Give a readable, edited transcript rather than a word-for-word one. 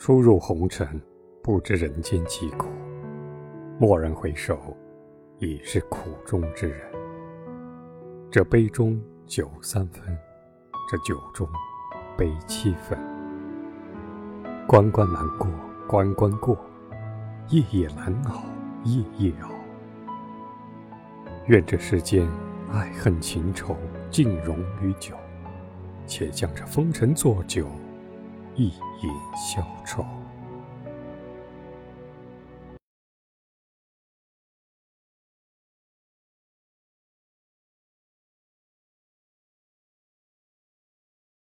初入红尘，不知人间疾苦，蓦然回首，已是苦中之人。这杯中酒3分，这酒中悲7分。关关难过关关过，夜夜难熬夜夜熬。愿这世间爱恨情仇尽融于酒，且将这风尘作酒，一饮消愁。